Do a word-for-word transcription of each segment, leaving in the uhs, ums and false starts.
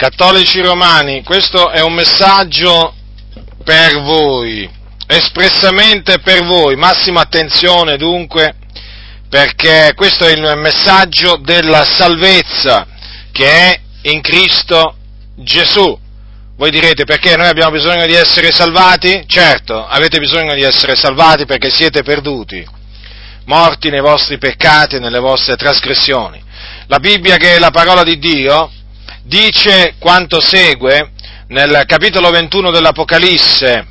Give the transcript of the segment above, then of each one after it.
Cattolici romani, questo è un messaggio per voi, espressamente per voi. Massima attenzione dunque, perché questo è il messaggio della salvezza che è in Cristo Gesù. Voi direte: perché noi abbiamo bisogno di essere salvati? Certo, avete bisogno di essere salvati perché siete perduti, morti nei vostri peccati e nelle vostre trasgressioni. La Bibbia, che è la parola di Dio, dice quanto segue nel capitolo ventuno dell'Apocalisse.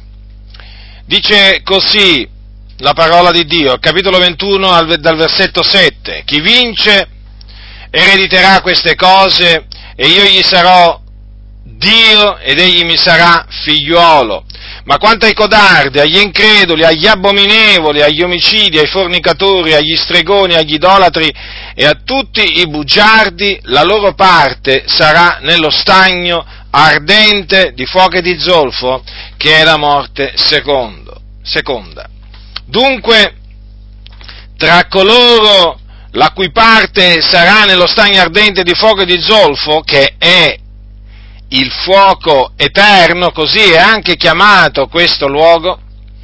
Dice così la parola di Dio, capitolo ventuno dal versetto sette: chi vince erediterà queste cose e io gli sarò Dio ed egli mi sarà figliuolo. Ma quanto ai codardi, agli increduli, agli abominevoli, agli omicidi, ai fornicatori, agli stregoni, agli idolatri e a tutti i bugiardi, la loro parte sarà nello stagno ardente di fuoco e di zolfo, che è la morte secondo, seconda. Dunque, tra coloro la cui parte sarà nello stagno ardente di fuoco e di zolfo, che è il fuoco eterno, così è anche chiamato questo luogo,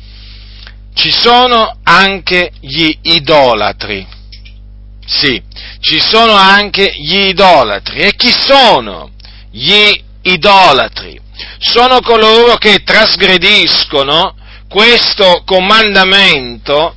ci sono anche gli idolatri. Sì, ci sono anche gli idolatri. E chi sono gli idolatri? Sono coloro che trasgrediscono questo comandamento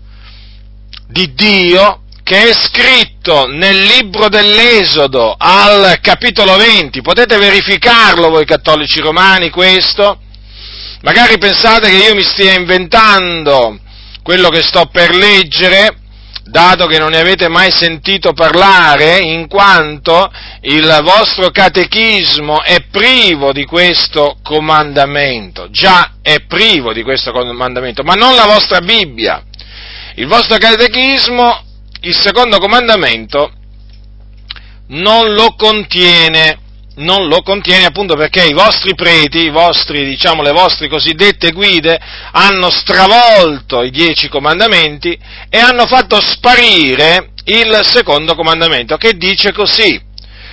di Dio, che è scritto nel libro dell'Esodo al capitolo venti. Potete verificarlo voi cattolici romani questo? Magari pensate che io mi stia inventando quello che sto per leggere, dato che non ne avete mai sentito parlare, in quanto il vostro catechismo è privo di questo comandamento. Già è privo di questo comandamento, ma non la vostra Bibbia. Il vostro catechismo, il secondo comandamento, non lo contiene, non lo contiene appunto perché i vostri preti, i vostri, diciamo, le vostre cosiddette guide, hanno stravolto i dieci comandamenti e hanno fatto sparire il secondo comandamento, che dice così: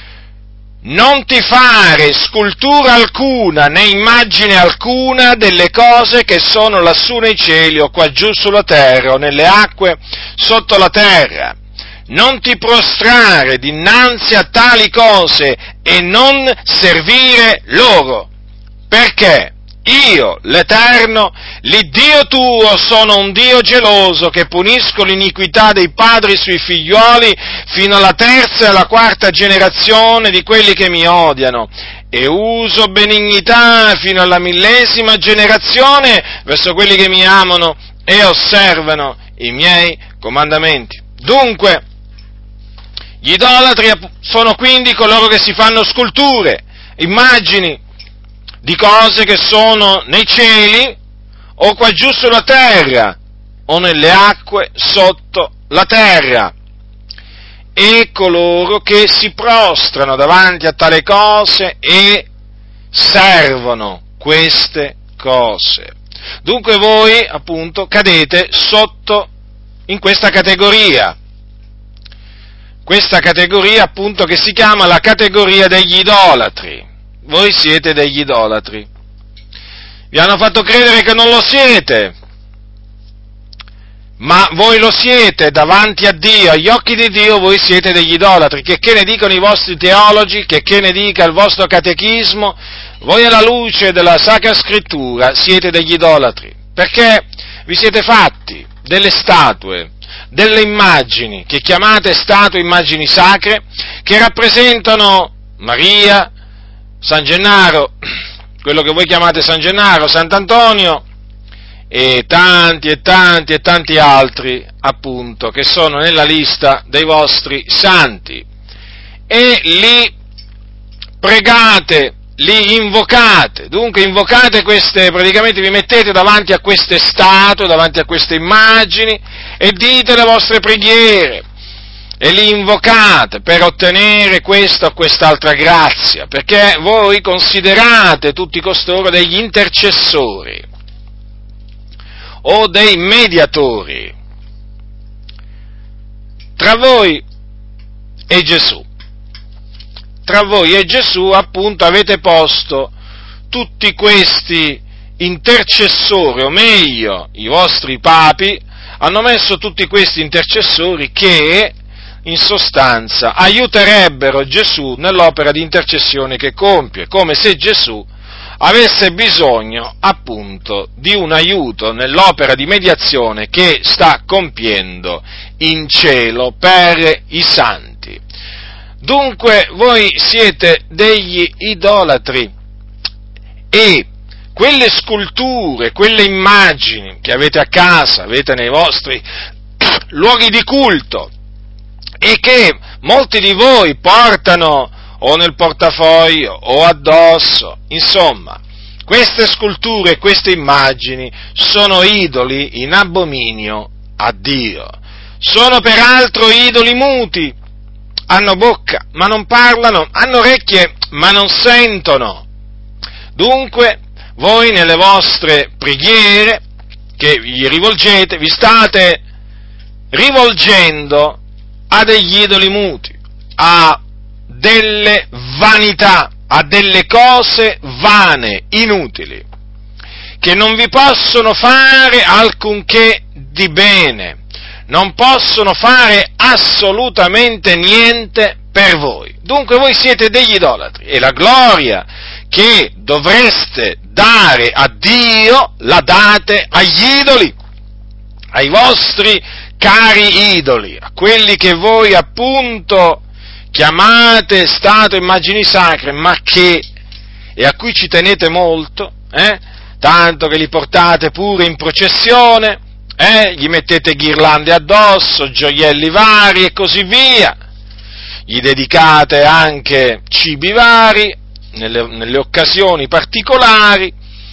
non ti fare scultura alcuna, né immagine alcuna delle cose che sono lassù nei cieli o qua giù sulla terra o nelle acque sotto la terra. Non ti prostrare dinanzi a tali cose e non servire loro. Perché? Io, l'Eterno, l'Iddio tuo, sono un Dio geloso che punisco l'iniquità dei padri sui figlioli fino alla terza e alla quarta generazione di quelli che mi odiano, e uso benignità fino alla millesima generazione verso quelli che mi amano e osservano i miei comandamenti. Dunque, gli idolatri sono quindi coloro che si fanno sculture, immagini di cose che sono nei cieli o qua giù sulla terra o nelle acque sotto la terra, e coloro che si prostrano davanti a tale cose e servono queste cose. Dunque voi appunto cadete sotto in questa categoria, questa categoria appunto che si chiama la categoria degli idolatri. Voi siete degli idolatri. Vi hanno fatto credere che non lo siete, ma voi lo siete davanti a Dio, agli occhi di Dio voi siete degli idolatri. Che che ne dicono i vostri teologi, che che ne dica il vostro catechismo, voi alla luce della Sacra Scrittura siete degli idolatri, perché vi siete fatti delle statue, delle immagini, che chiamate statue, immagini sacre, che rappresentano Maria, San Gennaro, quello che voi chiamate San Gennaro, Sant'Antonio e tanti e tanti e tanti altri, appunto, che sono nella lista dei vostri santi, e li pregate, li invocate. Dunque invocate queste, praticamente vi mettete davanti a queste statue, davanti a queste immagini e dite le vostre preghiere e li invocate per ottenere questa o quest'altra grazia, perché voi considerate tutti costoro degli intercessori o dei mediatori tra voi e Gesù. tra voi e Gesù, appunto, avete posto tutti questi intercessori, o meglio, i vostri papi, hanno messo tutti questi intercessori che, in sostanza, aiuterebbero Gesù nell'opera di intercessione che compie, come se Gesù avesse bisogno, appunto, di un aiuto nell'opera di mediazione che sta compiendo in cielo per i santi. Dunque, voi siete degli idolatri e quelle sculture, quelle immagini che avete a casa, avete nei vostri luoghi di culto e che molti di voi portano o nel portafoglio o addosso, insomma, queste sculture, queste immagini sono idoli in abominio a Dio. Sono peraltro idoli muti, hanno bocca ma non parlano, hanno orecchie ma non sentono. Dunque, voi nelle vostre preghiere che gli rivolgete, vi state rivolgendo a degli idoli muti, a delle vanità, a delle cose vane, inutili, che non vi possono fare alcunché di bene, non possono fare assolutamente niente per voi. Dunque voi siete degli idolatri e la gloria che dovreste dare a Dio la date agli idoli, ai vostri cari idoli, a quelli che voi appunto chiamate stato e immagini sacre, ma che, e a cui ci tenete molto, eh, tanto che li portate pure in processione, eh, gli mettete ghirlande addosso, gioielli vari e così via, gli dedicate anche cibi vari, nelle, nelle occasioni particolari,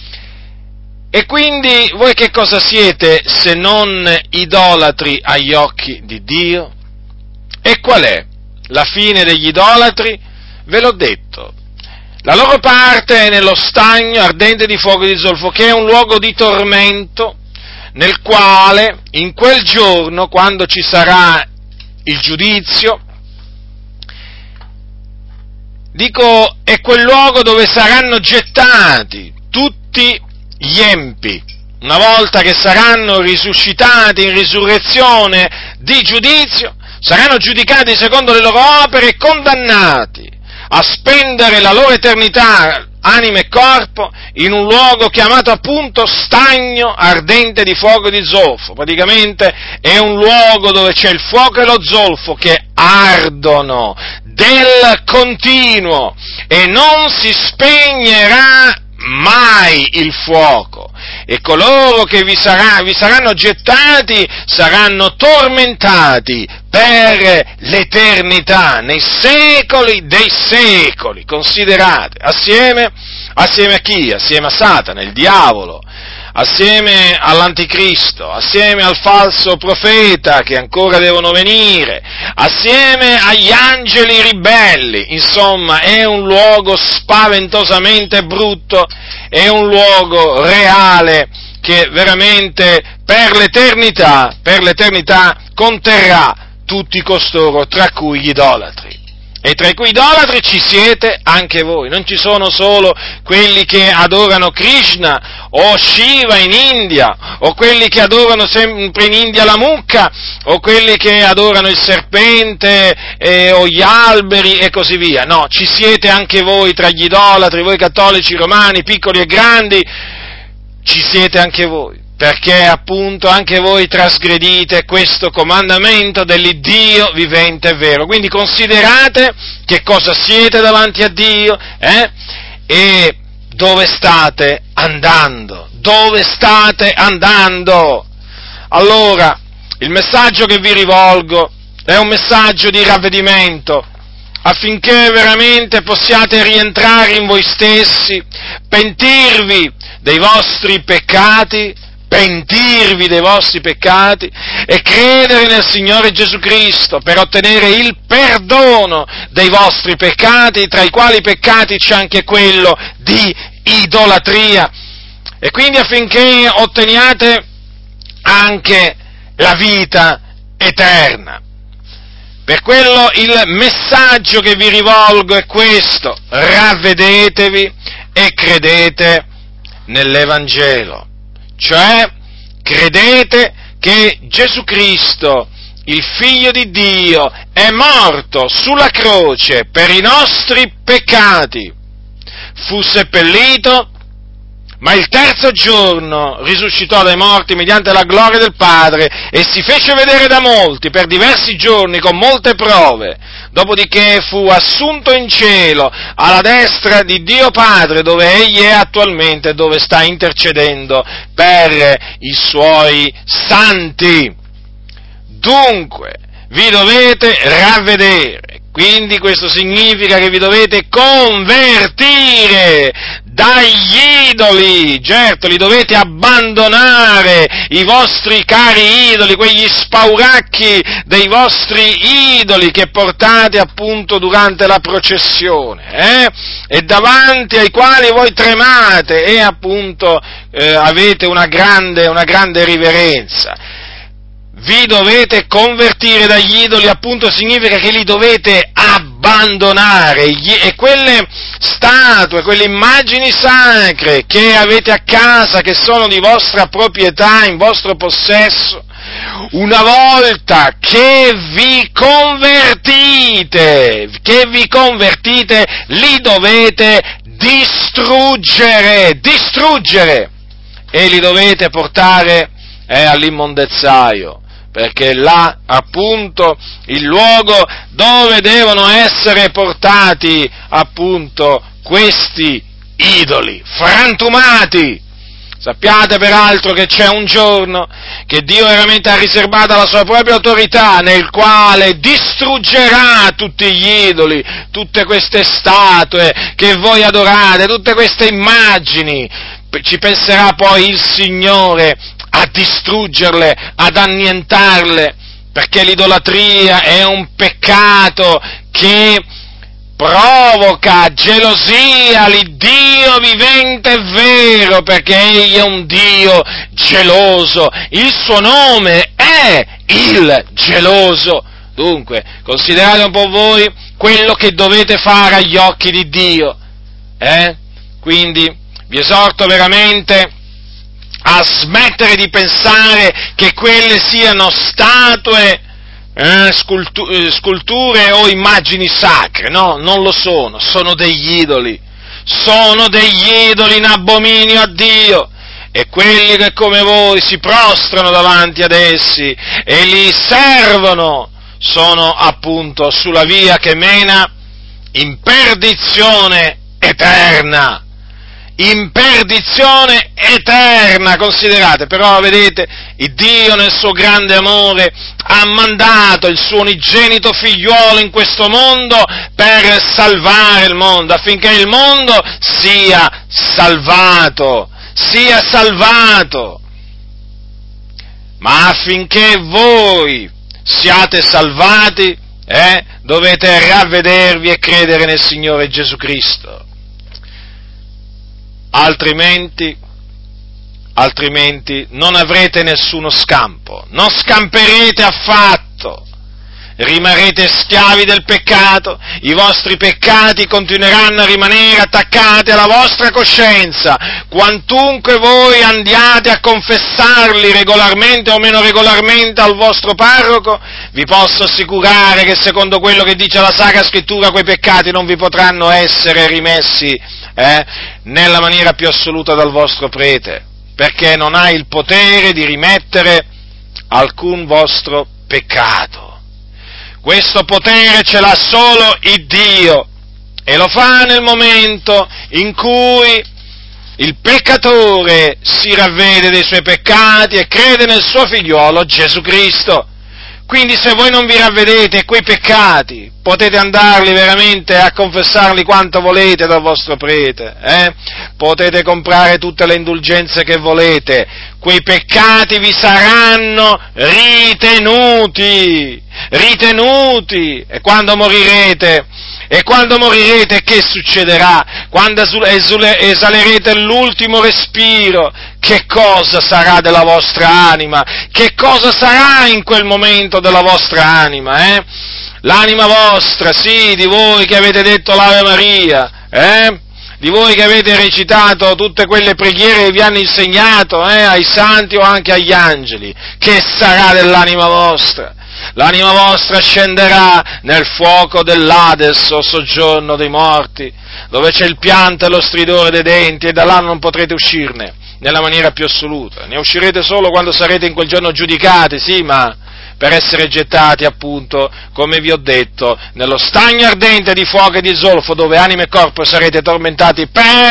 e quindi voi che cosa siete se non idolatri agli occhi di Dio? E qual è la fine degli idolatri? Ve l'ho detto, la loro parte è nello stagno ardente di fuoco di zolfo, che è un luogo di tormento, nel quale, in quel giorno, quando ci sarà il giudizio, dico, è quel luogo dove saranno gettati tutti gli empi, una volta che saranno risuscitati in risurrezione di giudizio, saranno giudicati secondo le loro opere e condannati a spendere la loro eternità, anima e corpo, in un luogo chiamato appunto stagno ardente di fuoco di zolfo. Praticamente è un luogo dove c'è il fuoco e lo zolfo che ardono del continuo e non si spegnerà mai il fuoco, e coloro che vi, sarà, vi saranno gettati saranno tormentati per l'eternità, nei secoli dei secoli. Considerate, assieme, assieme a chi? Assieme a Satana, il diavolo, assieme all'anticristo, assieme al falso profeta che ancora devono venire, assieme agli angeli ribelli. Insomma, è un luogo spaventosamente brutto, è un luogo reale che veramente per l'eternità, per l'eternità conterrà tutti costoro, tra cui gli idolatri. E tra i cui idolatri ci siete anche voi. Non ci sono solo quelli che adorano Krishna o Shiva in India, o quelli che adorano sempre in India la mucca, o quelli che adorano il serpente eh, o gli alberi e così via. No, ci siete anche voi tra gli idolatri, voi cattolici romani, piccoli e grandi, ci siete anche voi. Perché appunto anche voi trasgredite questo comandamento dell'Iddio vivente e vero. Quindi considerate che cosa siete davanti a Dio, eh? E dove state andando, dove state andando. Allora, il messaggio che vi rivolgo è un messaggio di ravvedimento, affinché veramente possiate rientrare in voi stessi, pentirvi dei vostri peccati, pentirvi dei vostri peccati e credere nel Signore Gesù Cristo per ottenere il perdono dei vostri peccati, tra i quali peccati c'è anche quello di idolatria, e quindi affinché otteniate anche la vita eterna. Per quello il messaggio che vi rivolgo è questo: ravvedetevi e credete nell'Evangelo, cioè credete che Gesù Cristo, il Figlio di Dio, è morto sulla croce per i nostri peccati, fu seppellito, ma il terzo giorno risuscitò dai morti mediante la gloria del Padre e si fece vedere da molti per diversi giorni con molte prove, dopodiché fu assunto in cielo alla destra di Dio Padre, dove egli è attualmente e dove sta intercedendo per i suoi santi. Dunque, vi dovete ravvedere. Quindi questo significa che vi dovete convertire dagli idoli, certo, li dovete abbandonare, i vostri cari idoli, quegli spauracchi dei vostri idoli che portate appunto durante la processione, eh? E davanti ai quali voi tremate e appunto eh, avete una grande, una grande riverenza. Vi dovete convertire dagli idoli, appunto significa che li dovete abbandonare, e quelle statue, quelle immagini sacre che avete a casa, che sono di vostra proprietà, in vostro possesso, una volta che vi convertite, che vi convertite, li dovete distruggere, distruggere, e li dovete portare eh, all'immondezzaio, perché là, appunto, il luogo dove devono essere portati, appunto, questi idoli frantumati. Sappiate peraltro che c'è un giorno che Dio veramente ha riservato alla sua propria autorità, nel quale distruggerà tutti gli idoli, tutte queste statue che voi adorate, tutte queste immagini. Ci penserà poi il Signore a distruggerle, ad annientarle, perché l'idolatria è un peccato che provoca gelosia all'Iddio vivente e vero, perché Egli è un Dio geloso, il suo nome è il geloso. Dunque, considerate un po' voi quello che dovete fare agli occhi di Dio, eh? Quindi vi esorto veramente a smettere di pensare che quelle siano statue, eh, scultu- sculture o immagini sacre. No, non lo sono, sono degli idoli, sono degli idoli in abominio a Dio, e quelli che come voi si prostrano davanti ad essi e li servono sono appunto sulla via che mena in perdizione eterna. In perdizione eterna, considerate, però vedete, il Dio nel suo grande amore ha mandato il suo unigenito figliuolo in questo mondo per salvare il mondo, affinché il mondo sia salvato, sia salvato, ma affinché voi siate salvati, eh, dovete ravvedervi e credere nel Signore Gesù Cristo. Altrimenti, altrimenti non avrete nessuno scampo, non scamperete affatto, rimarrete schiavi del peccato, i vostri peccati continueranno a rimanere attaccati alla vostra coscienza, quantunque voi andiate a confessarli regolarmente o meno regolarmente al vostro parroco. Vi posso assicurare che secondo quello che dice la Sacra Scrittura quei peccati non vi potranno essere rimessi Eh, nella maniera più assoluta dal vostro prete, perché non ha il potere di rimettere alcun vostro peccato. Questo potere ce l'ha solo il Dio, e lo fa nel momento in cui il peccatore si ravvede dei suoi peccati e crede nel suo figliuolo Gesù Cristo. Quindi se voi non vi ravvedete quei peccati, potete andarli veramente a confessarli quanto volete dal vostro prete, eh? Potete comprare tutte le indulgenze che volete, quei peccati vi saranno ritenuti, ritenuti, e quando morirete, e quando morirete che succederà? Quando esalerete l'ultimo respiro, che cosa sarà della vostra anima? Che cosa sarà in quel momento della vostra anima, eh? l'anima vostra, sì, di voi che avete detto l'Ave Maria, eh? Di voi che avete recitato tutte quelle preghiere che vi hanno insegnato, eh, ai santi o anche agli angeli, che sarà dell'anima vostra? L'anima vostra scenderà nel fuoco dell'Ades, o soggiorno dei morti, dove c'è il pianto e lo stridore dei denti, e da là non potrete uscirne nella maniera più assoluta. Ne uscirete solo quando sarete in quel giorno giudicati, sì, ma per essere gettati, appunto, come vi ho detto, nello stagno ardente di fuoco e di zolfo, dove anima e corpo sarete tormentati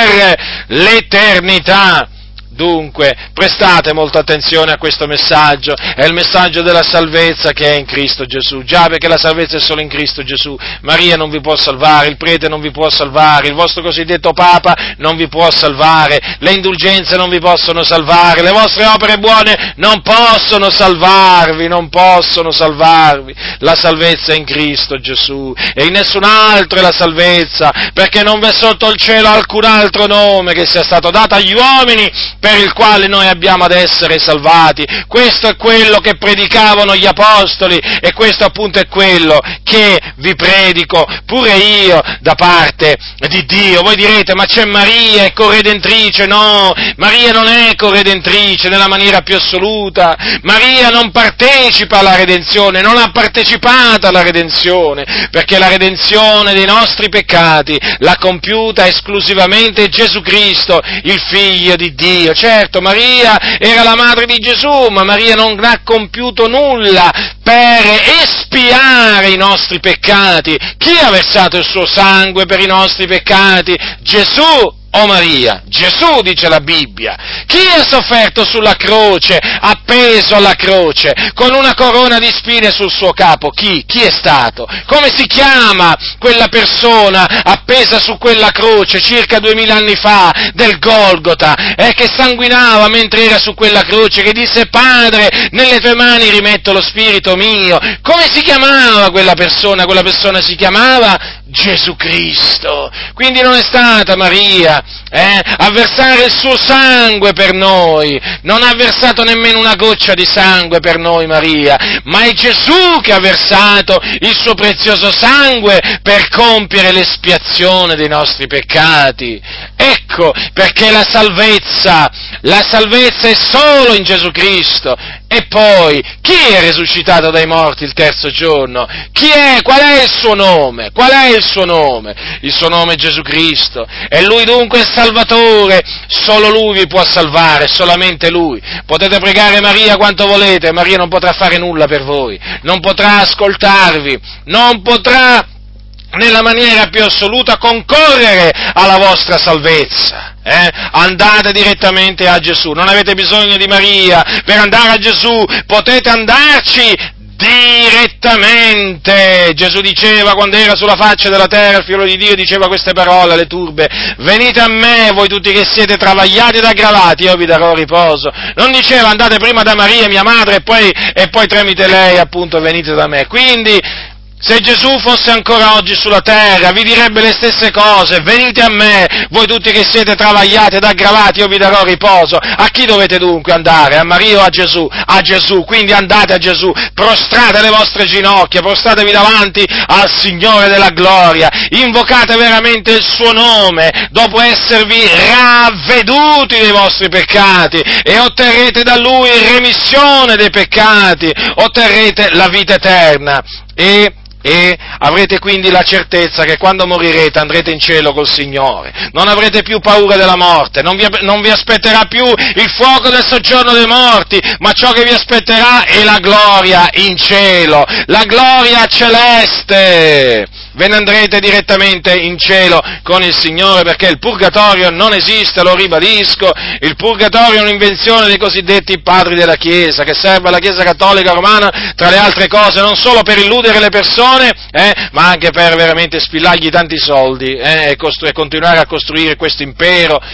per l'eternità. Dunque, prestate molta attenzione a questo messaggio, è il messaggio della salvezza che è in Cristo Gesù, già perché la salvezza è solo in Cristo Gesù. Maria non vi può salvare, il prete non vi può salvare, il vostro cosiddetto Papa non vi può salvare, le indulgenze non vi possono salvare, le vostre opere buone non possono salvarvi, non possono salvarvi. La salvezza è in Cristo Gesù e in nessun altro è la salvezza, perché non v'è sotto il cielo alcun altro nome che sia stato dato agli uomini per il quale noi abbiamo ad essere salvati. Questo è quello che predicavano gli apostoli e questo appunto è quello che vi predico pure io da parte di Dio. Voi direte, ma c'è Maria, è corredentrice? No, Maria non è corredentrice nella maniera più assoluta. Maria non partecipa alla redenzione, non ha partecipato alla redenzione, perché la redenzione dei nostri peccati l'ha compiuta esclusivamente Gesù Cristo, il Figlio di Dio. Certo, Maria era la madre di Gesù, ma Maria non ha compiuto nulla per espiare i nostri peccati. Chi ha versato il suo sangue per i nostri peccati? Gesù o Maria? Gesù, dice la Bibbia. Chi ha sofferto sulla croce, appeso alla croce, con una corona di spine sul suo capo? Chi? Chi è stato? Come si chiama quella persona appesa su quella croce circa duemila anni fa del Golgota, eh, che sanguinava mentre era su quella croce, che disse: Padre, nelle tue mani rimetto lo spirito mio? Come si chiamava quella persona? Quella persona si chiamava Gesù Cristo. Quindi non è stata Maria eh, a versare il suo sangue per noi, non ha versato nemmeno una goccia di sangue per noi Maria, ma è Gesù che ha versato il suo prezioso sangue per compiere l'espiazione dei nostri peccati. Ecco perché la salvezza, la salvezza è solo in Gesù Cristo. E poi, chi è risuscitato dai morti il terzo giorno? Chi è? Qual è il suo nome? Qual è il suo nome? Il suo nome è Gesù Cristo. E Lui dunque è Salvatore. Solo Lui vi può salvare, solamente Lui. Potete pregare Maria quanto volete, Maria non potrà fare nulla per voi. Non potrà ascoltarvi, non potrà nella maniera più assoluta concorrere alla vostra salvezza. Eh? Andate direttamente a Gesù, non avete bisogno di Maria per andare a Gesù, potete andarci direttamente. Gesù diceva, quando era sulla faccia della terra, il Figlio di Dio diceva queste parole alle turbe: venite a me, voi tutti che siete travagliati ed aggravati, io vi darò riposo. Non diceva andate prima da Maria, mia madre, e poi, e poi tramite lei appunto venite da me. Quindi, se Gesù fosse ancora oggi sulla terra, vi direbbe le stesse cose: venite a me, voi tutti che siete travagliati ed aggravati, io vi darò riposo. A chi dovete dunque andare? A Maria o a Gesù? A Gesù, quindi andate a Gesù, prostrate le vostre ginocchia, prostratevi davanti al Signore della gloria, invocate veramente il suo nome, dopo esservi ravveduti dei vostri peccati, e otterrete da Lui remissione dei peccati, otterrete la vita eterna. E E avrete quindi la certezza che quando morirete andrete in cielo col Signore, non avrete più paura della morte, non vi, non vi aspetterà più il fuoco del soggiorno dei morti, ma ciò che vi aspetterà è la gloria in cielo, la gloria celeste. Ve ne andrete direttamente in cielo con il Signore, perché il purgatorio non esiste, lo ribadisco. Il purgatorio è un'invenzione dei cosiddetti padri della Chiesa, che serve alla Chiesa cattolica romana, tra le altre cose, non solo per illudere le persone, eh, ma anche per veramente spillargli tanti soldi eh, e, costru- e continuare a costruire questo impero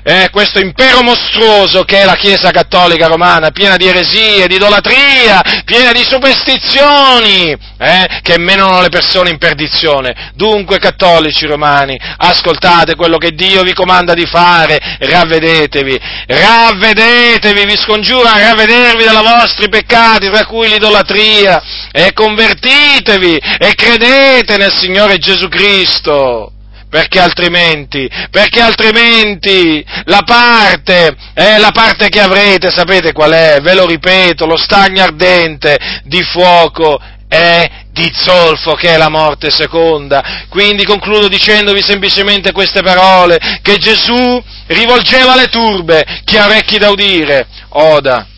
eh, questo impero mostruoso che è la Chiesa Cattolica Romana, piena di eresie, di idolatria, piena di superstizioni, eh, che menano le persone in perdizione. Dunque, cattolici romani, ascoltate quello che Dio vi comanda di fare, ravvedetevi, ravvedetevi, vi scongiuro a ravvedervi dai vostri peccati, tra cui l'idolatria, e convertitevi e credete nel Signore Gesù Cristo. Perché altrimenti, perché altrimenti la parte, eh, la parte che avrete, sapete qual è? Ve lo ripeto, lo stagno ardente di fuoco e di zolfo, che è la morte seconda. Quindi concludo dicendovi semplicemente queste parole, che Gesù rivolgeva alle turbe: chi ha orecchi da udire, oda.